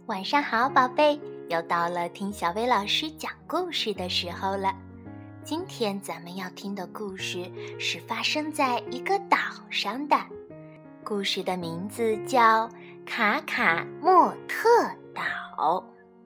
晚上好，宝贝，又到了听小薇老师讲故事的时候了。今天咱们要听的故事是发生在一个岛上的，故事的名字叫卡卡莫特岛。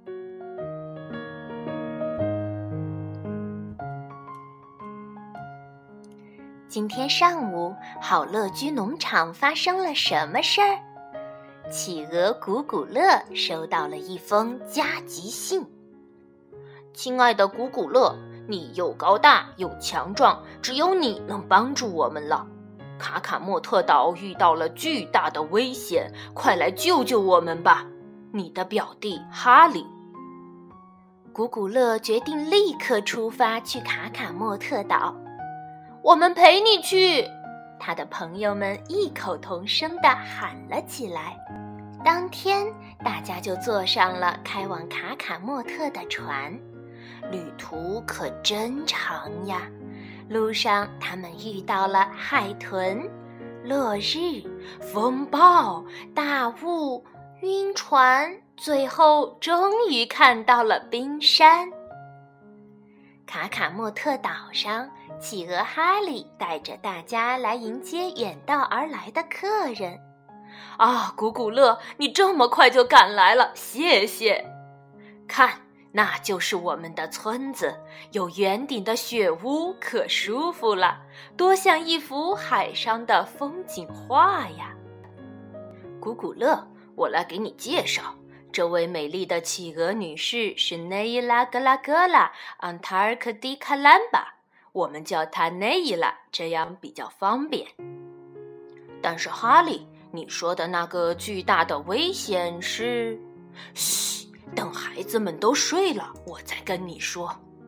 今天上午，好乐居农场发生了什么事儿？企鹅古古乐收到了一封加急信。 亲爱的古古乐，你又高大又强壮，只有你能帮助我们了。卡卡莫特岛遇到了巨大的危险，快来救救我们吧！你的表弟哈利。 古古乐决定立刻出发去卡卡莫特岛。 我们陪你去！ 他的朋友们异口同声地喊了起来。当天，大家就坐上了开往卡卡莫特的船。旅途可真长呀！路上，他们遇到了海豚、落日、风暴、大雾、晕船，最后终于看到了冰山。卡卡莫特岛上，企鹅哈利带着大家来迎接远道而来的客人。 啊，古古乐，你这么快就赶来了，谢谢！看，那就是我们的村子，有圆顶的雪屋，可舒服了，多像一幅海上的风景画呀！古古乐，我来给你介绍，这位美丽的企鹅女士是内伊拉格拉格拉安塔尔克迪卡兰巴，我们叫她内伊拉，这样比较方便。但是哈利，你说的那个巨大的危险是……嘘，等孩子们都睡了，我再跟你说。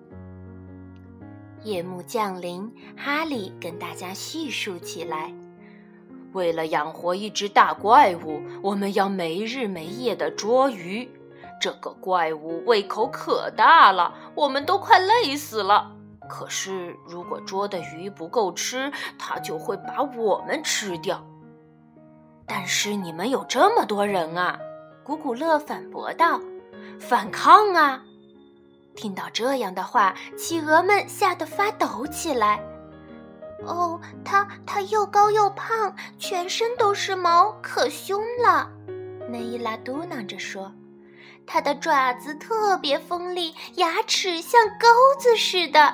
夜幕降临，哈利跟大家叙述起来。 为了养活一只大怪物，我们要没日没夜地捉鱼。这个怪物胃口可大了，我们都快累死了。可是如果捉的鱼不够吃，它就会把我们吃掉。但是你们有这么多人啊， 古古乐反驳道。 反抗啊！ 听到这样的话，企鹅们吓得发抖起来。哦，它又高又胖，全身都是毛，可凶了。内伊拉嘟囔着说，它的爪子特别锋利，牙齿像钩子似的。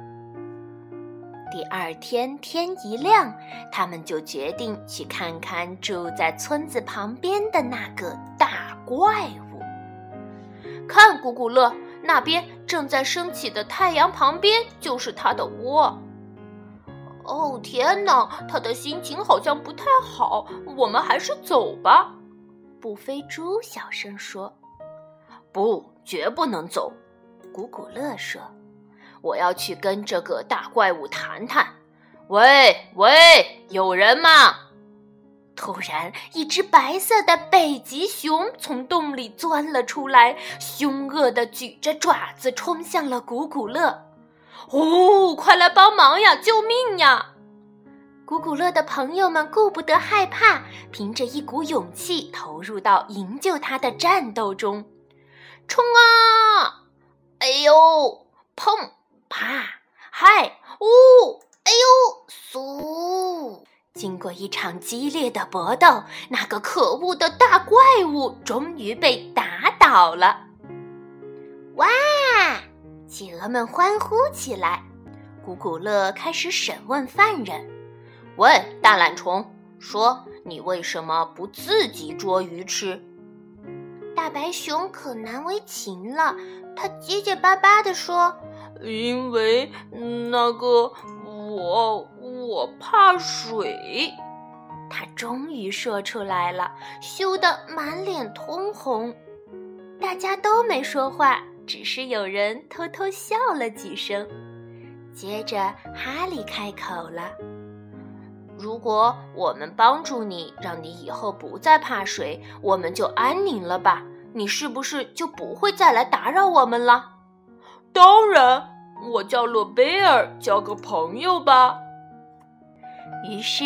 第二天天一亮，他们就决定去看看住在村子旁边的那个大怪物。 看，古古乐，那边正在升起的太阳旁边就是它的窝。哦，天哪，他的心情好像不太好，我们还是走吧。 布菲猪小声说。 不，绝不能走， 古古乐说。 我要去跟这个大怪物谈谈。喂，有人吗？ 突然，一只白色的北极熊从洞里钻了出来，凶恶地举着爪子冲向了古古乐。 哦，快来帮忙呀！救命呀！ 古古乐的朋友们顾不得害怕，凭着一股勇气投入到营救他的战斗中。 冲啊！哎呦，砰！啪！嗨！呜！哎呦！ 苏！经过一场激烈的搏斗，那个可恶的大怪物终于被打倒了。哇！企鹅们欢呼起来。古古乐开始审问犯人。 喂，大懒虫，说你为什么不自己捉鱼吃？ 大白熊可难为情了，他结结巴巴地说， 因为那个我怕水。 他终于说出来了，羞得满脸通红。大家都没说话，只是有人偷偷笑了几声。接着哈利开口了， 如果我们帮助你，让你以后不再怕水，我们就安宁了吧？你是不是就不会再来打扰我们了？当然，我叫洛贝尔，交个朋友吧。 于是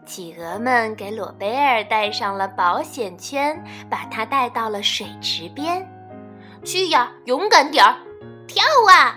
企鹅们给罗贝尔戴上了保险圈，把他带到了水池边。 去呀，勇敢点儿！ 跳啊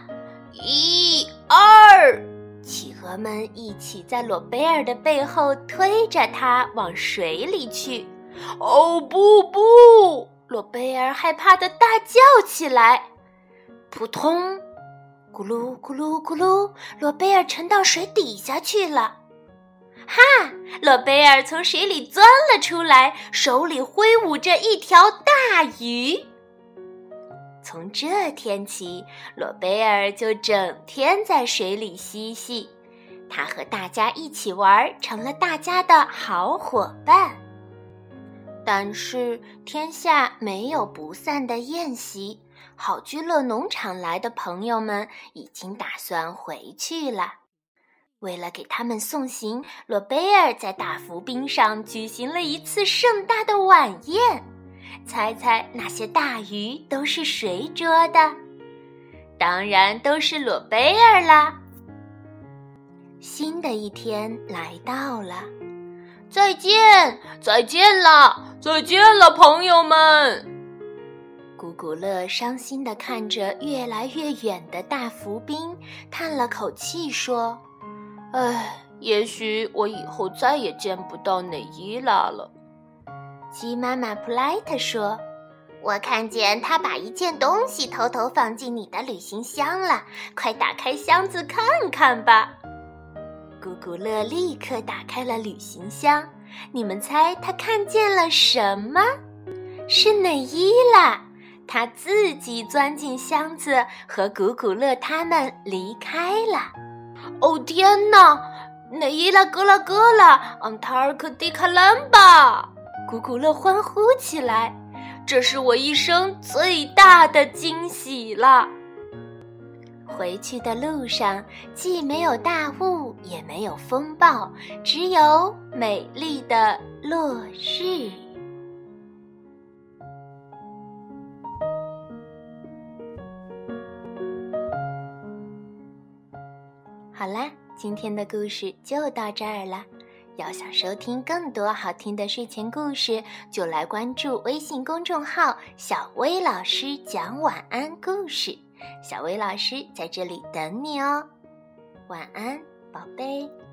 ！1、2，企鹅们一起在罗贝尔的背后推着他往水里去。 哦，不！ 罗贝尔害怕地大叫起来。扑通！咕噜咕噜咕噜，罗贝尔沉到水底下去了。哈！罗贝尔从水里钻了出来，手里挥舞着一条大鱼。从这天起，罗贝尔就整天在水里嬉戏，他和大家一起玩，成了大家的好伙伴。但是天下没有不散的宴席，好居乐农场来的朋友们已经打算回去了。为了给他们送行，罗贝尔在大浮冰上举行了一次盛大的晚宴。猜猜那些大鱼都是谁捉的？当然都是罗贝尔啦。新的一天来到了， 再见了，朋友们！ 古古乐伤心地看着越来越远的大浮冰，叹了口气说：“ 唉，也许我以后再也见不到内伊拉了。” 鸡妈妈普莱特说：“我看见他把一件东西偷偷放进你的旅行箱了，快打开箱子看看吧。”古古乐立刻打开了旅行箱，你们猜他看见了什么？是内伊拉，他自己钻进箱子，和古古乐他们离开了。 哦天哪！内伊拉格拉格拉，昂塔尔克迪卡兰巴！ 古古乐欢呼起来， 这是我一生最大的惊喜了。 回去的路上，既没有大雾，也没有风暴，只有美丽的落日。好啦，今天的故事就到这儿了。要想收听更多好听的睡前故事，就来关注微信公众号小薇老师讲晚安故事，小薇老师在这里等你哦。晚安，宝贝。